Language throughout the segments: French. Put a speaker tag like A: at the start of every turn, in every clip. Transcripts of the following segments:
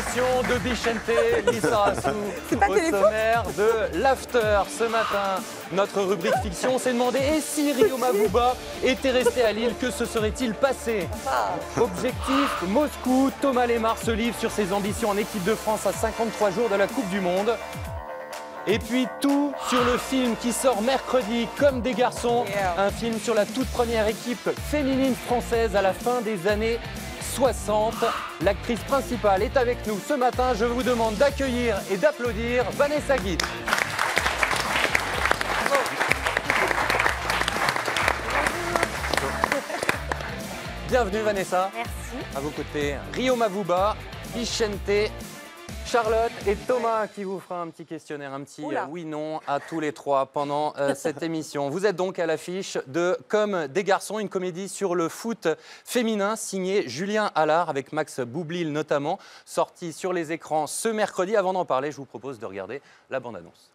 A: émission de Bichente Lizarazu au sommaire de l'After. Ce matin, notre rubrique fiction s'est demandé et si Rio Mavuba était resté à Lille, que se serait-il passé? Objectif, Moscou, Thomas Lemar se livre sur ses ambitions en équipe de France à 53 jours de la Coupe du Monde. Et puis tout sur le film qui sort mercredi, Comme des garçons, un film sur la toute première équipe féminine française à la fin des années 60. L'actrice principale est avec nous ce matin. Je vous demande d'accueillir et d'applaudir Vanessa Guy. Bienvenue Vanessa.
B: Merci.
A: À vos côtés, Rio Mavuba, Bichente, Charlotte et Thomas qui vous fera un petit questionnaire, un petit oui-non à tous les trois pendant cette émission. Vous êtes donc à l'affiche de Comme des garçons, une comédie sur le foot féminin signée Julien Allard avec Max Boublil notamment, sortie sur les écrans ce mercredi. Avant d'en parler, je vous propose de regarder la bande-annonce.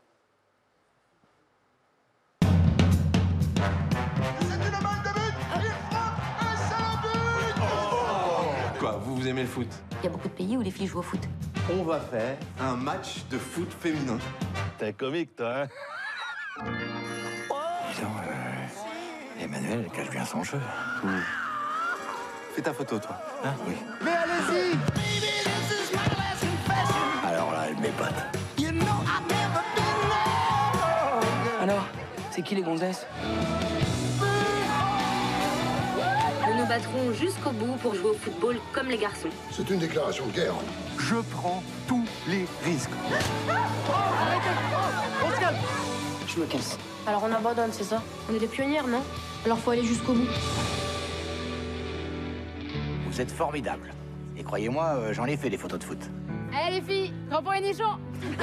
C: Quoi, vous aimez le foot?
B: Il y a beaucoup de pays où les filles jouent au foot.
C: On va faire un match de foot féminin.
D: T'es comique, toi, hein?
E: Disons, Emmanuel cache bien son jeu.
C: Fais ta photo, toi.
E: Hein? Oui.
C: Mais allez-y!
E: Alors là, elle m'épate.
F: Alors, c'est qui les gonzesses?
B: Nous nous battrons jusqu'au bout pour jouer au football comme les garçons.
G: C'est une déclaration de guerre.
C: Je prends tous les risques.
F: Je me casse.
H: Alors on abandonne, c'est ça? On est des pionnières, non? Alors faut aller jusqu'au bout.
E: Vous êtes formidables. Et croyez-moi, j'en ai fait des photos de foot.
H: Allez les filles, crampons et nichons.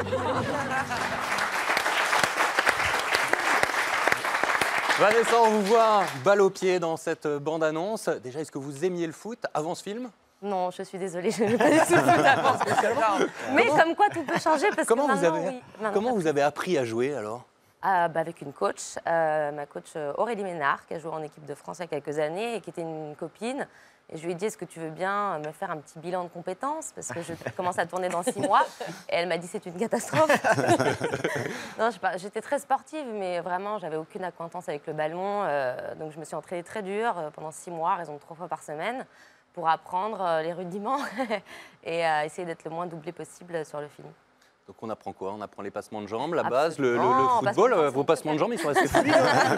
A: Vanessa, on vous voit balle au pied dans cette bande-annonce. Déjà, est-ce que vous aimiez le foot avant ce film?
B: Non, je suis désolée, je n'ai pas du tout le foot avant. Mais comme quoi tout peut changer parce
A: Comment
B: que
A: vous
B: maintenant,
A: avez,
B: oui. Maintenant,
A: comment vous avez appris à jouer alors?
B: Avec une coach, ma coach Aurélie Ménard, qui a joué en équipe de France il y a quelques années et qui était une copine. Et je lui ai dit, est-ce que tu veux bien me faire un petit bilan de compétences? Parce que je commence à tourner dans 6 mois. Et elle m'a dit, c'est une catastrophe. Non, j'étais très sportive, mais vraiment, j'avais aucune acquaintance avec le ballon. Donc, je me suis entraînée très dur pendant 6 mois, à raison de 3 fois par semaine, pour apprendre les rudiments et essayer d'être le moins doublé possible sur le film.
A: Donc on apprend quoi? On apprend les passements de jambes, la base,
B: Absolument.
A: le football. Vos passements de jambes, ils sont assez fluides.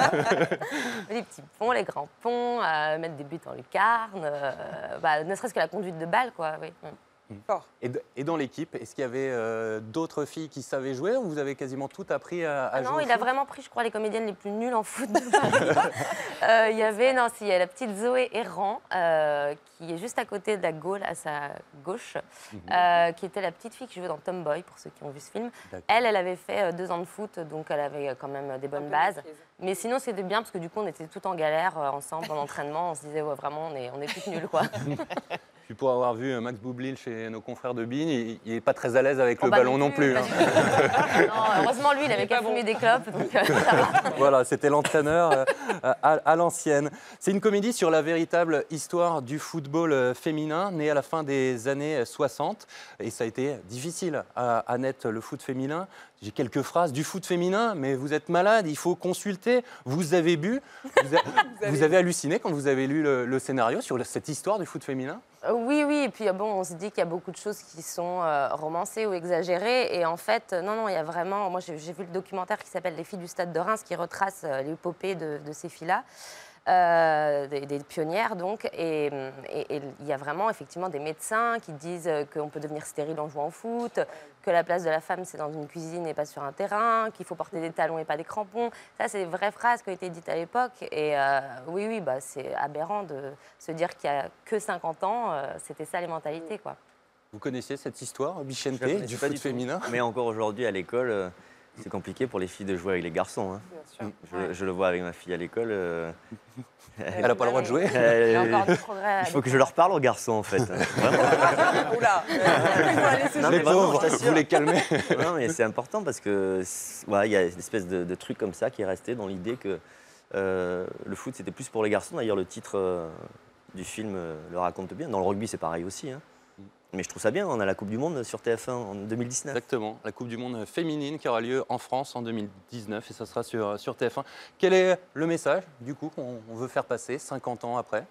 B: Les petits ponts, les grands ponts, mettre des buts en lucarne, ne serait-ce que la conduite de balle, quoi. Oui.
A: Et dans l'équipe, est-ce qu'il y avait d'autres filles qui savaient jouer ou vous avez quasiment tout appris à jouer
B: Non,
A: au
B: il a
A: foot?
B: vraiment pris, je crois, les comédiennes les plus nulles en foot de Paris. Il y avait, il y a la petite Zoé Errant, qui est juste à côté de la Gaule, à sa gauche, qui était la petite fille qui jouait dans Tomboy, pour ceux qui ont vu ce film. Elle avait fait 2 ans de foot, donc elle avait quand même des bonnes bases. Mais sinon, c'était bien, parce que du coup, on était tout en galère ensemble en entraînement. On se disait, ouais, vraiment, on est toutes nulles, quoi.
A: Puis pour avoir vu Max Boublil chez nos confrères de BeIN, il n'est pas très à l'aise avec le ballon non plus. Hein.
B: Non, heureusement, lui, il avait qu'à fumer des clopes. Donc, ça va.
A: Voilà, c'était l'entraîneur à l'ancienne. C'est une comédie sur la véritable histoire du football féminin, né à la fin des années 60. Et ça a été difficile à naître le foot féminin. J'ai quelques phrases du foot féminin, mais vous êtes malade, il faut consulter. Vous avez bu, vous avez halluciné quand vous avez lu le scénario sur cette histoire du foot féminin?
B: Oui, et puis bon, on se dit qu'il y a beaucoup de choses qui sont romancées ou exagérées. Et en fait, non, il y a vraiment... Moi, j'ai vu le documentaire qui s'appelle Les filles du Stade de Reims, qui retrace l'épopée de ces filles-là. Des pionnières donc, et il y a vraiment effectivement des médecins qui disent qu'on peut devenir stérile en jouant au foot, que la place de la femme c'est dans une cuisine et pas sur un terrain, qu'il faut porter des talons et pas des crampons. Ça, c'est des vraies phrases qui ont été dites à l'époque et oui, c'est aberrant de se dire qu'il n'y a que 50 ans, c'était ça les mentalités, quoi.
A: Vous connaissiez cette histoire, Bichente, du
I: pas
A: foot
I: du tout.
A: féminin?
I: Mais encore aujourd'hui à l'école, c'est compliqué pour les filles de jouer avec les garçons. Hein. Je le vois avec ma fille à l'école.
A: Elle n'a pas le droit de jouer.
B: Il y a encore du progrès.
I: Il faut que je leur parle aux garçons, en fait. Vraiment.
F: Oula.
I: Non,
A: Les
I: mais vraiment,
A: pauvres,
I: je t'assure.
A: vous les calmez.
I: Non, mais c'est important parce que il y a une espèce de truc comme ça qui est resté dans l'idée que le foot c'était plus pour les garçons. D'ailleurs, le titre du film le raconte bien. Dans le rugby, c'est pareil aussi. Hein. Mais je trouve ça bien, on a la Coupe du Monde sur TF1 en 2019.
A: Exactement, la Coupe du Monde féminine qui aura lieu en France en 2019 et ça sera sur TF1. Quel est le message du coup qu'on veut faire passer 50 ans après?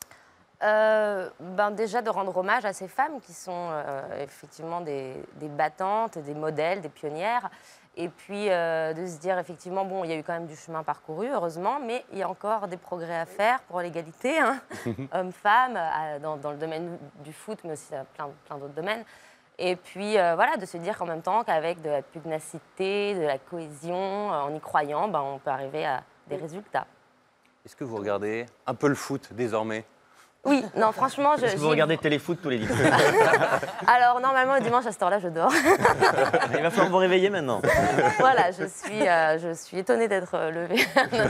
B: Déjà de rendre hommage à ces femmes qui sont effectivement des battantes, des modèles, des pionnières. Et puis de se dire effectivement, bon, il y a eu quand même du chemin parcouru, heureusement, mais il y a encore des progrès à faire pour l'égalité, hein, hommes-femmes, dans le domaine du foot, mais aussi plein d'autres domaines. Et puis voilà, de se dire qu'en même temps qu'avec de la pugnacité, de la cohésion, en y croyant, on peut arriver à des résultats.
A: Est-ce que vous regardez un peu le foot désormais?
B: Oui, non, franchement,
I: Est-ce que vous regardez Téléfoot tous les dimanches?
B: Alors, normalement, le dimanche, à cette heure-là, je dors.
I: Il va falloir vous réveiller maintenant.
B: Voilà, je suis étonnée d'être levée.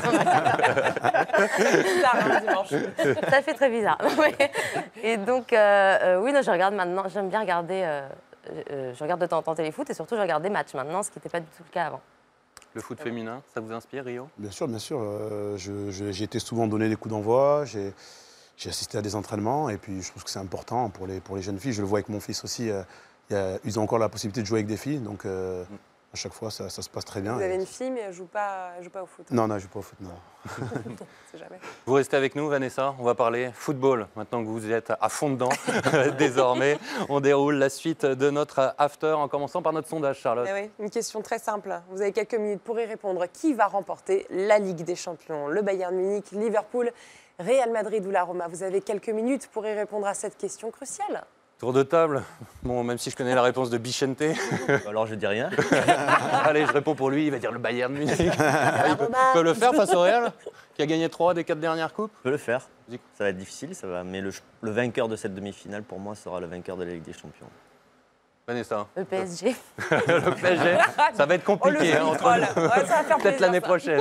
B: Ça fait très bizarre. Et donc, oui, non, je regarde maintenant, j'aime bien regarder, je regarde de temps en temps Téléfoot et surtout, je regarde des matchs maintenant, ce qui n'était pas du tout le cas avant.
A: Le foot féminin, ça vous inspire, Rio?
G: Bien sûr, bien sûr. J'ai été souvent donné des coups d'envoi, j'ai assisté à des entraînements et puis je trouve que c'est important pour les jeunes filles. Je le vois avec mon fils aussi. Ils ont encore la possibilité de jouer avec des filles, donc à chaque fois ça se passe très bien.
J: Vous avez une fille mais elle joue pas au foot?
G: Non, elle ne joue pas au foot, non.
J: C'est jamais.
A: Vous restez avec nous, Vanessa. On va parler football. Maintenant que vous êtes à fond dedans, désormais, on déroule la suite de notre after en commençant par notre sondage, Charlotte.
J: Eh oui, une question très simple. Vous avez quelques minutes pour y répondre. Qui va remporter la Ligue des Champions? Le Bayern Munich, Liverpool, Real Madrid ou la Roma? Vous avez quelques minutes pour y répondre à cette question cruciale.
A: Tour de table. Bon, même si je connais la réponse de Bichente.
I: Alors je dis rien.
A: Allez, je réponds pour lui. Il va dire le Bayern Munich. Il peut le faire face au Real, qui a gagné 3 des 4 dernières coupes.
I: Je peux le faire. Ça va être difficile, mais le vainqueur de cette demi-finale, pour moi, sera le vainqueur de la Ligue des Champions.
A: Vanessa.
B: Le PSG.
A: Le PSG, ça va être compliqué entre nous. Peut-être l'année prochaine.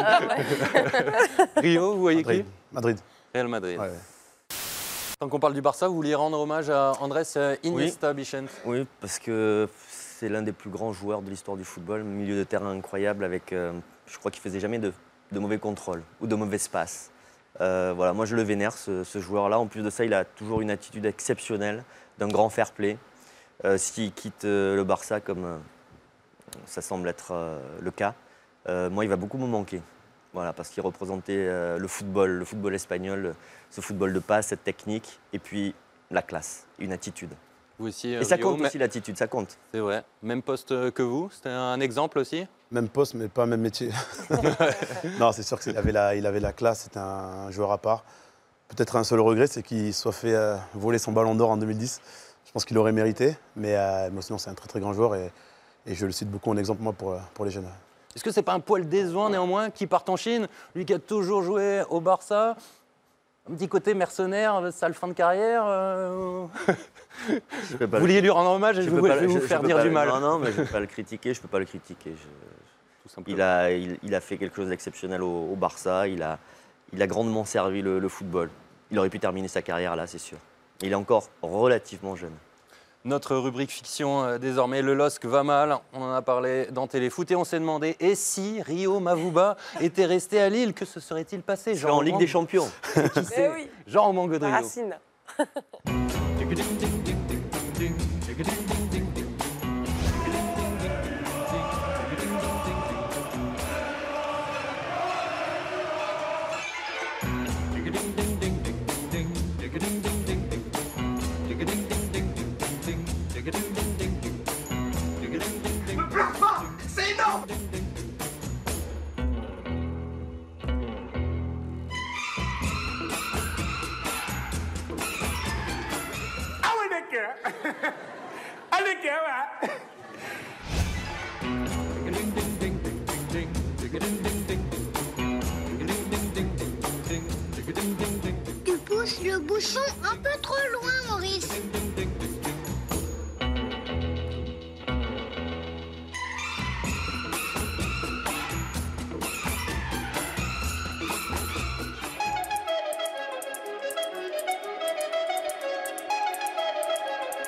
A: Rio, vous voyez qui?
G: Madrid.
A: Real Madrid.
G: Ouais.
A: Tant qu'on parle du Barça, vous vouliez rendre hommage à Andrés Iniesta, Bichente?
I: Oui, parce que c'est l'un des plus grands joueurs de l'histoire du football, milieu de terrain incroyable avec, je crois qu'il faisait jamais de mauvais contrôles ou de mauvais passes. Voilà, moi je le vénère ce joueur-là. En plus de ça, il a toujours une attitude exceptionnelle, d'un grand fair play. S'il quitte le Barça, comme ça semble être le cas, moi il va beaucoup me manquer. Voilà, parce qu'il représentait le football espagnol, ce football de passe, cette technique, et puis la classe, une attitude.
A: Vous aussi,
I: et ça compte aussi l'attitude, ça compte.
A: C'est vrai. Même poste que vous, c'était un exemple aussi?
G: Même poste, mais pas même métier. Non, c'est sûr qu'il avait la classe, c'était un joueur à part. Peut-être un seul regret, c'est qu'il soit fait voler son ballon d'or en 2010. Je pense qu'il aurait mérité, mais sinon c'est un très très grand joueur et je le cite beaucoup en exemple moi pour les jeunes.
A: Est-ce que c'est pas un poil décevant néanmoins qu'il parte en Chine, lui qui a toujours joué au Barça? Un petit côté mercenaire, sale fin de carrière. Vous vouliez lui rendre hommage et je vais vous faire dire du mal.
I: Non, mais je ne peux pas le critiquer, je peux pas le critiquer. Il a fait quelque chose d'exceptionnel au Barça, il a grandement servi le football. Il aurait pu terminer sa carrière là, c'est sûr. Il est encore relativement jeune.
A: Notre rubrique fiction, désormais, le LOSC va mal. On en a parlé dans Téléfoot et on s'est demandé, et si Rio Mavuba était resté à Lille, que se serait-il passé?
I: Genre en Ligue des Champions.
A: Qui sait?
J: Oui.
A: Genre au Mango de Rio.
J: Racine.
C: C'est énorme!
K: Tu pousses le bouchon un peu trop loin, Maurice.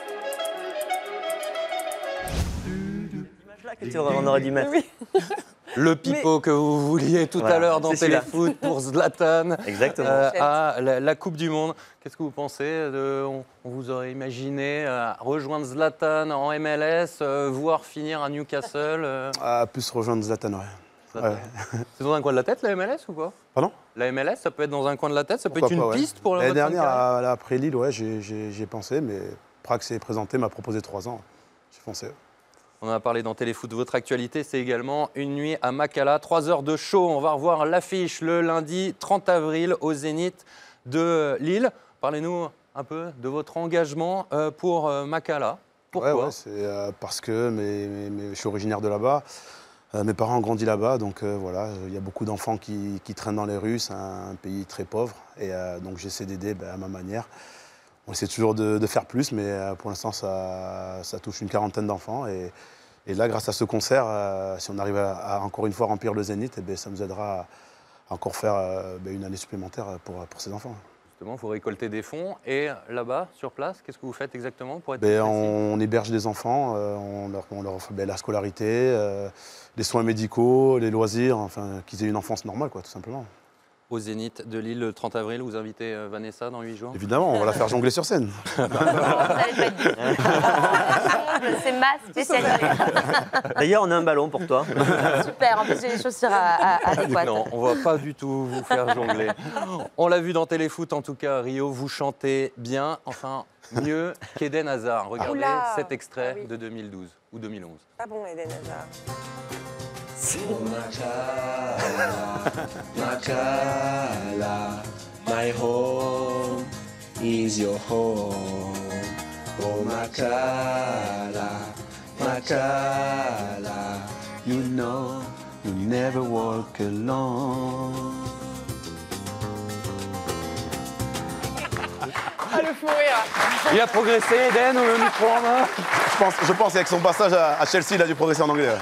I: On aurait dû mettre.
J: Oui.
A: Le pipeau que vous vouliez tout à l'heure dans
I: c'est celui-là.
A: Téléfoot pour Zlatan.
I: Exactement.
A: À la Coupe du Monde. Qu'est-ce que vous pensez on vous aurait imaginé rejoindre Zlatan en MLS, voire finir à Newcastle
G: Plus rejoindre Zlatan, ouais.
A: Zlatan. C'est dans un coin de la tête, la MLS, ou pas?
G: Pardon?
A: La MLS, ça peut être dans un coin de la tête, ça peut
G: Pourquoi
A: être une
G: pas, ouais.
A: piste pour le
G: L'année dernière, après Lille, ouais, j'ai pensé, mais Prague s'est présenté, m'a proposé 3 ans. J'ai foncé.
A: On en a parlé dans Téléfoot. Votre actualité, c'est également une nuit à Makala. 3 heures de show. On va revoir l'affiche le lundi 30 avril au Zénith de Lille. Parlez-nous un peu de votre engagement pour Makala. Pourquoi?
G: Ouais, c'est parce que je suis originaire de là-bas. Mes parents ont grandi là-bas, donc voilà, il y a beaucoup d'enfants qui traînent dans les rues. C'est un pays très pauvre. Et donc j'essaie d'aider à ma manière. On essaie toujours de faire plus, mais pour l'instant, ça touche une quarantaine d'enfants. Et là, grâce à ce concert, si on arrive à encore une fois remplir le Zénith, ça nous aidera à encore faire une année supplémentaire pour ces enfants.
A: Justement, il faut récolter des fonds. Et là-bas, sur place, qu'est-ce que vous faites exactement pour être
G: on héberge des enfants, on leur offre la scolarité, les soins médicaux, les loisirs, enfin, qu'ils aient une enfance normale, quoi, tout simplement.
A: Au Zénith de Lille le 30 avril, vous invitez Vanessa dans 8 jours?
G: Évidemment, on va la faire jongler sur scène.
B: C'est ma spécialité.
I: D'ailleurs, on a un ballon pour toi.
B: Super, en plus j'ai les chaussures adéquates.
A: Non, on va pas du tout vous faire jongler. On l'a vu dans Téléfoot, en tout cas, Rio, vous chantez bien, enfin mieux qu'Eden Hazard. Regardez
J: Oula.
A: cet extrait
J: Ah oui.
A: de 2012 ou 2011.
J: Pas bon, Eden Hazard.
L: Makala, my home is your home. Oh, Makala, Makala, you know you never walk alone.
J: Ah, le fou rire.
A: Il a progressé, Eden, au micro en main.
G: Je pense qu'avec son passage à Chelsea, il a dû progresser en anglais.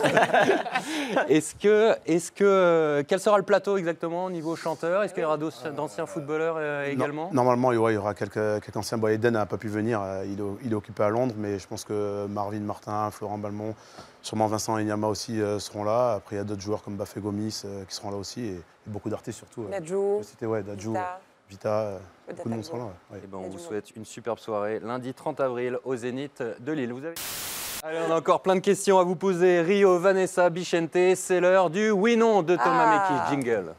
A: Quel sera le plateau exactement au niveau chanteur? Est-ce qu'il y aura d'anciens footballeurs également?
G: Normalement, il y aura quelques anciens. Eden n'a pas pu venir, il est occupé à Londres, mais je pense que Marvin Martin, Florent Balmont, sûrement Vincent Enyama aussi seront là. Après, il y a d'autres joueurs comme Bafé Gomis qui seront là aussi, et beaucoup d'artistes surtout.
J: Nadjou,
G: Dadju, Vita, beaucoup de monde seront là. Ouais.
A: Eh ben, on vous souhaite une superbe soirée lundi 30 avril au Zénith de Lille. Allez, on a encore plein de questions à vous poser. Rio, Vanessa, Bichente, c'est l'heure du oui-non de Thomas Mekis. Jingle.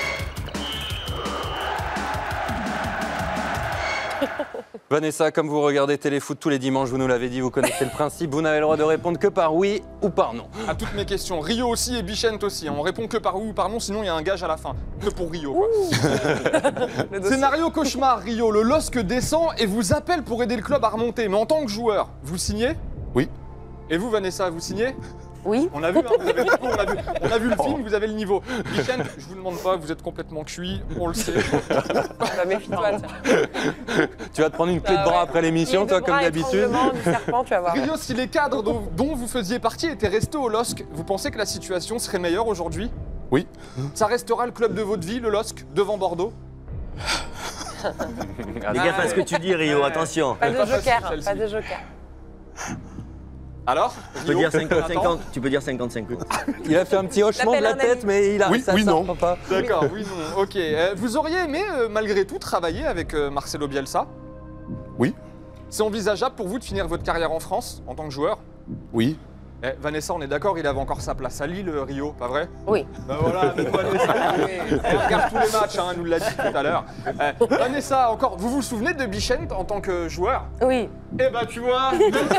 A: Vanessa, comme vous regardez Téléfoot tous les dimanches, vous nous l'avez dit, vous connaissez le principe, vous n'avez le droit de répondre que par oui ou par non.
M: À toutes mes questions, Rio aussi et Bichente aussi. On répond que par oui ou par non, sinon il y a un gage à la fin. Que pour Rio, quoi. Scénario cauchemar, Rio. Le LOSC descend et vous appelle pour aider le club à remonter. Mais en tant que joueur, vous signez?
G: Oui.
M: Et vous, Vanessa, vous signez?
B: Oui.
M: On a vu, hein, vous avez le niveau, on a vu le film, vous avez le niveau. Bichente, je vous demande pas, vous êtes complètement cuit, on le sait.
J: Bah, méfie-toi.
A: Tu vas te prendre une clé de bras après l'émission, toi, comme d'habitude.
J: Du serpent, tu vas voir.
M: Rio, si les cadres dont vous faisiez partie étaient restés au LOSC, vous pensez que la situation serait meilleure aujourd'hui?
G: Oui.
M: Ça restera le club de votre vie, le LOSC, devant Bordeaux?
I: Fais gaffe à ce que tu dis, Rio, attention.
J: Pas de joker, pas de joker.
M: Alors
I: Tu peux dire 50-50. Tu peux dire 50-50.
A: Il a fait un petit hochement de la tête, mais il a
G: Oui, non.
A: Pas.
M: D'accord, oui, non, ok. Vous auriez aimé, malgré tout, travailler avec Marcelo Bielsa?
G: Oui.
M: C'est envisageable pour vous de finir votre carrière en France, en tant que joueur?
G: Oui.
M: Vanessa, on est d'accord, il avait encore sa place à Lille, Rio, pas vrai?
B: Oui.
M: Ben voilà, mais Vanessa, elle regarde tous les matchs, hein, elle nous l'a dit tout à l'heure. Vanessa, encore, vous vous souvenez de Bichente en tant que joueur?
B: Oui.
M: Eh ben tu vois,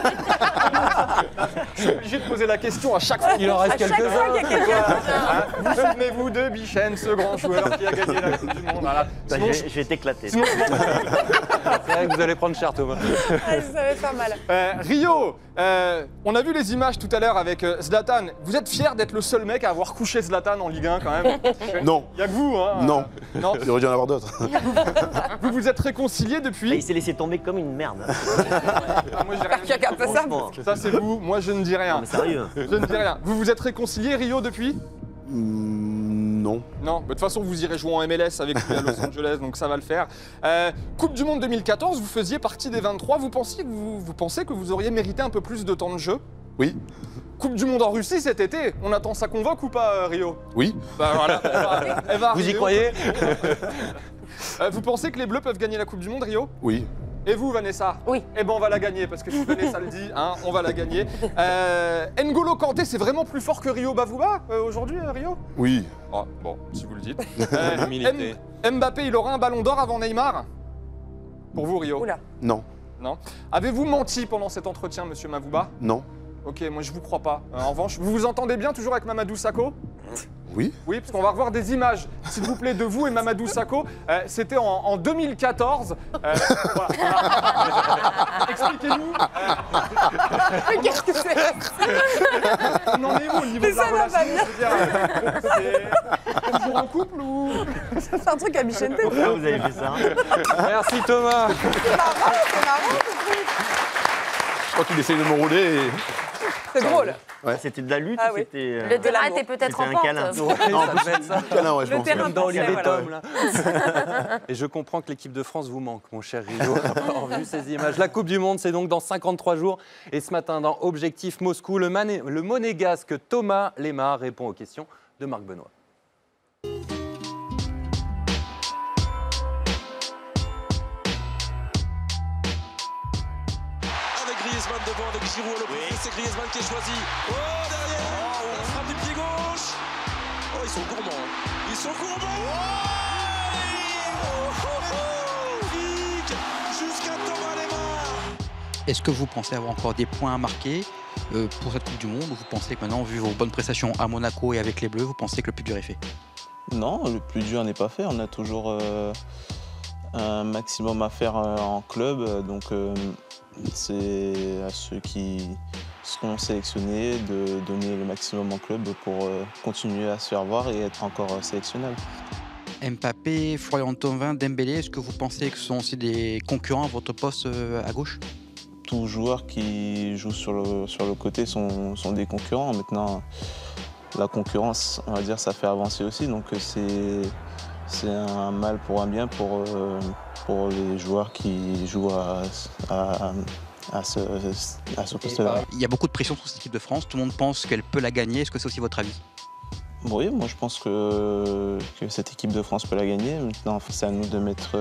M: je suis obligé de poser la question à chaque fois.
A: Il en reste quelques-uns.
M: Vous souvenez-vous de Bichente, ce grand joueur qui a gagné la Coupe du Monde? Voilà. Sinon,
I: Je vais t'éclater.
M: sinon,
A: C'est vrai que vous allez prendre cher, Thomas.
J: Ah, ça va faire mal.
M: Rio, on a vu les images tout à l'heure avec Zlatan. Vous êtes fier d'être le seul mec à avoir couché Zlatan en Ligue 1 quand même?
G: Non.
M: Il y a que vous, hein?
G: Non.
M: Non.
G: Il aurait dû en avoir d'autres.
M: Vous vous êtes réconciliés depuis?
I: Il s'est laissé tomber comme une merde.
M: Ah, moi, j'ai rien dit.
J: Regarde pas ça.
I: Franchement.
M: Ça c'est vous, moi je ne dis rien.
I: Non, mais sérieux.
M: Je ne dis rien. Vous vous êtes réconciliés, Rio, depuis?
G: Non.
M: Non, de toute façon vous irez jouer en MLS avec lui à Los Angeles, donc ça va le faire. Coupe du Monde 2014, vous faisiez partie des 23. Vous pensez que vous auriez mérité un peu plus de temps de jeu?
G: Oui.
M: Coupe du Monde en Russie cet été. On attend ça convoque ou pas, Rio?
G: Oui.
M: Bah voilà, elle va
A: Vous y
M: arriver.
A: croyez?
M: Vous pensez que les Bleus peuvent gagner la Coupe du Monde, Rio?
G: Oui.
M: Et vous, Vanessa?
B: Oui.
M: Eh ben, on va la gagner, parce que si Vanessa le dit, hein, on va la gagner. N'Golo Kanté, c'est vraiment plus fort que Rio Bavouba aujourd'hui, Rio?
G: Oui.
M: Oh, bon, si vous le dites.
A: Humilité.
M: Mbappé, il aura un ballon d'or avant Neymar? Pour vous, Rio?
J: Oula.
G: Non.
M: Non. Avez-vous menti pendant cet entretien, monsieur Mavouba?
G: Non.
M: Ok, moi je vous crois pas. En revanche, vous vous entendez bien toujours avec Mamadou Sakho?
G: Oui.
M: Oui, parce qu'on va revoir des images, s'il vous plaît, de vous et Mamadou Sakho. C'était en 2014. Voilà. Expliquez-nous.
J: Qu'est-ce que c'est?
M: On en est où au niveau de la
J: ça va
M: relation?
J: pas bien.
M: Je veux dire, c'est toujours en couple ou...
J: C'est un truc à Bichente.
I: Pourquoi vous avez fait ça?
A: Merci Thomas.
J: C'est marrant.
G: Je crois qu'il essaye de me rouler. Et...
J: C'est drôle.
G: Ouais.
I: C'était de la lutte
J: Ah
I: ou
J: oui.
I: c'était...
B: Le terrain
J: l'amour.
B: était peut-être
I: C'était
B: en
I: un
B: pente.
I: câlin.
G: Non, en plus, câlin, ouais, je
J: Le
G: pense.
J: terrain
G: ouais.
A: Dans Olivier
J: parfait,
A: Tom, là. Et je comprends que l'équipe de France vous manque, mon cher Rio, après avoir vu ces images. La Coupe du Monde, c'est donc dans 53 jours. Et ce matin, dans Objectif Moscou, le monégasque Thomas Lemar répond aux questions de Marc Benoît.
N: Avec Griezmann devant, avec Giroud à l'opposé, c'est Griezmann qui est choisi. Oh, derrière, la frappe du pied gauche. Oh, ils sont gourmands. Ils sont gourmands. Jusqu'à Thomas Lemar.
F: Est-ce que vous pensez avoir encore des points à marquer pour cette Coupe du Monde, ou vous pensez que maintenant, vu vos bonnes prestations à Monaco et avec les Bleus, vous pensez que le plus dur est fait?
O: Non, le plus dur n'est pas fait. On a toujours un maximum à faire en club. Donc c'est à ceux qui seront sélectionnés de donner le maximum en club pour continuer à se faire voir et être encore sélectionnable.
F: Mbappé, Florian Thauvin, Dembélé, est-ce que vous pensez que ce sont aussi des concurrents à votre poste à gauche?
O: Tous joueurs qui jouent sur le côté sont des concurrents. Maintenant, la concurrence, on va dire, ça fait avancer aussi. Donc c'est un mal pour un bien pour les joueurs qui jouent à ce poste-là.
F: Il y a beaucoup de pression sur cette équipe de France. Tout le monde pense qu'elle peut la gagner. Est-ce que c'est aussi votre avis?
O: Oui, moi je pense que cette équipe de France peut la gagner. Maintenant, c'est à nous de mettre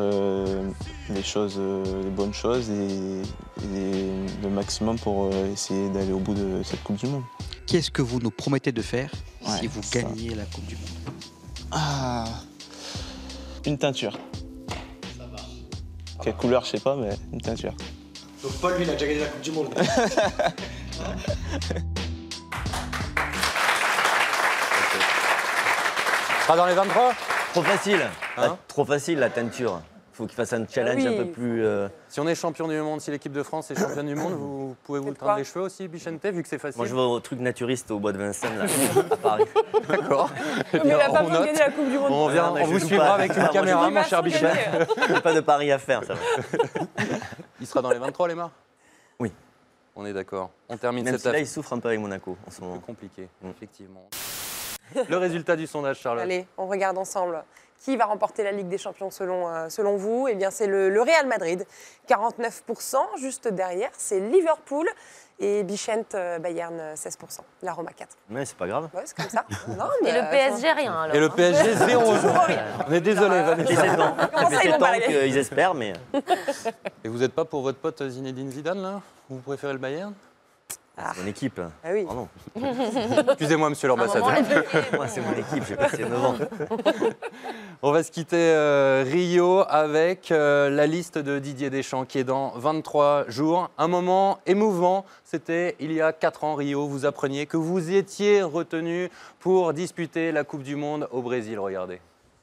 O: les bonnes choses et le maximum pour essayer d'aller au bout de cette Coupe du Monde.
F: Qu'est-ce que vous nous promettez de faire si vous
O: ça.
F: gagnez la Coupe du Monde?
O: Ah, une teinture. Ça marche. Quelle couleur, je sais pas, mais une teinture.
P: Donc Paul, lui, il a déjà gagné la Coupe du Monde.
A: Pas dans les 23?
I: Trop facile.
A: Hein?
I: Trop facile, la teinture. Faut qu'il fasse un challenge un peu plus...
A: Si on est champion du monde, si l'équipe de France est championne du monde, vous pouvez vous le teindre les cheveux aussi, Bichente, vu que c'est facile?
I: Moi, je vais au truc naturiste au bois de Vincennes, là, à Paris.
A: D'accord.
J: Mais il n'a pas besoin de gagner la Coupe du Monde.
A: On vous suivra avec une caméra, mon cher Bichente.
I: Il n'y a pas de pari à faire, ça va.
A: Il sera dans les 23, Lemar?
I: Oui.
A: On est d'accord. On termine
I: Même
A: cette
I: si là,
A: affaire.
I: il souffre un peu avec Monaco en ce moment.
A: C'est compliqué, effectivement. Le résultat du sondage, Charlotte.
J: Allez, on regarde ensemble. Qui va remporter la Ligue des Champions selon vous? Eh bien, c'est le Real Madrid, 49%. Juste derrière, c'est Liverpool. Et Bichente, Bayern, 16%. La Roma, 4%.
I: Mais c'est pas grave.
J: Ouais, c'est comme ça. Non,
B: Et le PSG, rien alors.
A: Et le PSG, 0. On est désolé,
I: Ça fait 7 ans. Ça fait 7 ans qu'ils espèrent, mais...
A: Et vous n'êtes pas pour votre pote Zinedine Zidane, là? Vous préférez le Bayern?
I: C'est mon équipe.
J: Ah oui.
I: Pardon.
A: Excusez-moi, monsieur l'ambassadeur.
I: Moi, c'est mon équipe, j'ai passé 9 ans.
A: On va se quitter Rio avec la liste de Didier Deschamps qui est dans 23 jours. Un moment émouvant, c'était il y a 4 ans, Rio. Vous appreniez que vous étiez retenu pour disputer la Coupe du Monde au Brésil. Regardez.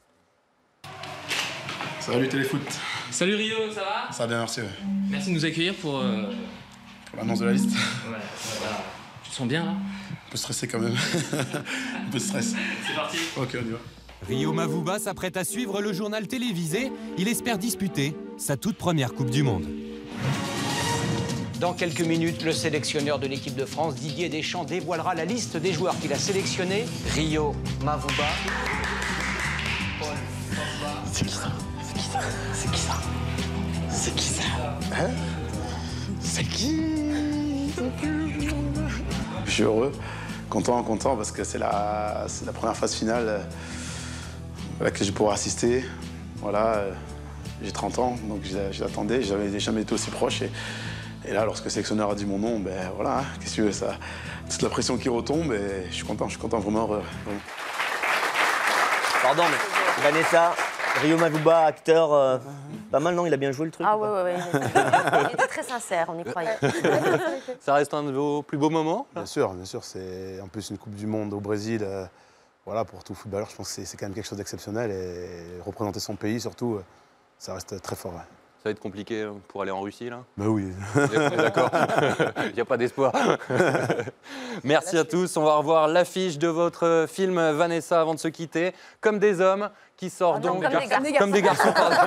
Q: Salut Téléfoot.
R: Salut Rio, ça va?
Q: Ça va bien, merci. Ouais.
R: Merci de nous accueillir pour
Q: l'annonce de la liste.
R: Ouais, voilà. Tu te sens bien là?
Q: Un peu stressé quand même. Un peu de stress.
R: C'est parti.
Q: Ok, on y va.
S: Rio Mavouba s'apprête à suivre le journal télévisé. Il espère disputer sa toute première Coupe du Monde.
T: Dans quelques minutes, le sélectionneur de l'équipe de France, Didier Deschamps, dévoilera la liste des joueurs qu'il a sélectionnés. Rio Mavouba. Paul Pogba.
C: C'est qui ça? C'est qui ça? C'est qui ça? C'est qui ça? Hein? C'est qui?
Q: suis heureux, content parce que c'est la première phase finale à laquelle je pourrai assister. Voilà, j'ai 30 ans, donc je l'attendais, j'avais jamais été aussi proche. Et là, lorsque le sélectionneur a dit mon nom, ben voilà, qu'est-ce que tu veux, ça, toute la pression qui retombe et je suis content, vraiment heureux. Vraiment.
I: Pardon, mais Vanessa, Rio Mavuba, acteur, pas mal, non? Il a bien joué le truc?
B: Ah ouais. Il était très sincère, on y croyait.
A: Ça reste un de vos plus beaux moments?
G: Bien sûr, c'est en plus une Coupe du Monde au Brésil. Voilà, pour tout footballeur, je pense que c'est quand même quelque chose d'exceptionnel et représenter son pays surtout, ça reste très fort. Ouais.
A: Ça va être compliqué pour aller en Russie, là?
G: Bah oui.
A: D'accord, il n'y a pas d'espoir. Merci à tous, on va revoir l'affiche de votre film Vanessa avant de se quitter. Comme des hommes, qui sort donc...
B: Comme des garçons.
A: Pardon.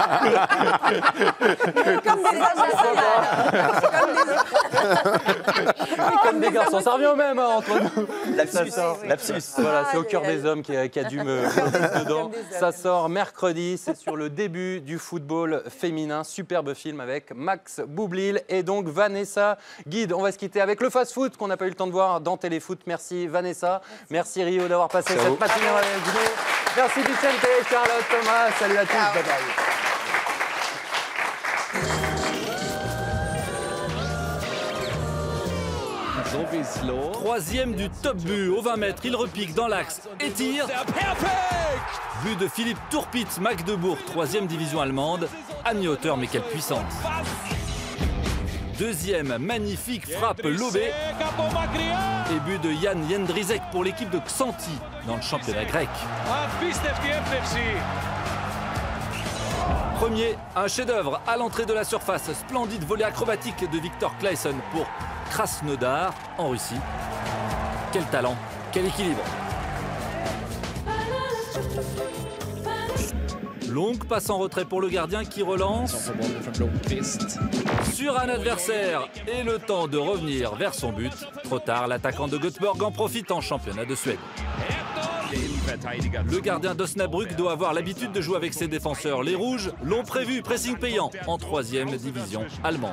A: Comme des garçons, ça revient au même entre nous.
I: Lapsus.
A: Voilà, c'est au cœur des hommes qui a dû me mettre dedans. Ça sort mercredi, c'est sur le début du football féminin. Superbe film avec Max Boublil et donc Vanessa Guide. On va se quitter avec le fast-foot qu'on n'a pas eu le temps de voir dans Téléfoot. Merci Vanessa, merci Rio d'avoir passé cette matinée avec nous. Merci Vicente, Charlotte, Thomas, salut à tous, bye bye.
U: Troisième du top but au 20 mètres, il repique dans l'axe et tire. But de Philippe Tourpitz, Magdebourg, 3e division allemande. À mi-hauteur, mais quelle puissance. Deuxième, magnifique frappe lobée. Et but de Jan Jędrzejczyk pour l'équipe de Xanthi dans le championnat grec. Premier, un chef-d'œuvre à l'entrée de la surface. Splendide volée acrobatique de Viktor Claesson pour Krasnodar en Russie. Quel talent, quel équilibre. Longue passe en retrait pour le gardien qui relance sur un adversaire et le temps de revenir vers son but. Trop tard, l'attaquant de Göteborg en profite en championnat de Suède. Le gardien d'Osnabrück doit avoir l'habitude de jouer avec ses défenseurs. Les Rouges l'ont prévu, pressing payant en 3e division allemande.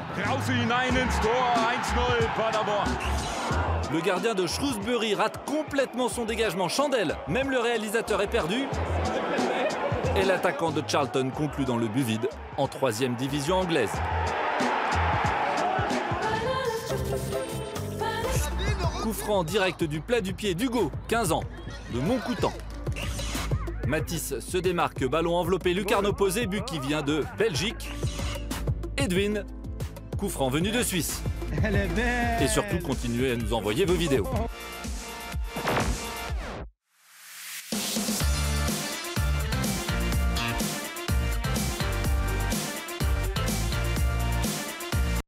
U: Le gardien de Shrewsbury rate complètement son dégagement. Chandelle, même le réalisateur est perdu. Et l'attaquant de Charlton conclut dans le but vide en 3e division anglaise. Coup franc direct du plat du pied d'Hugo, 15 ans, de Montcoutan. Matisse se démarque, ballon enveloppé, lucarne opposée, but qui vient de Belgique. Edwin, coup franc venu de Suisse. Et surtout, continuez à nous envoyer vos vidéos.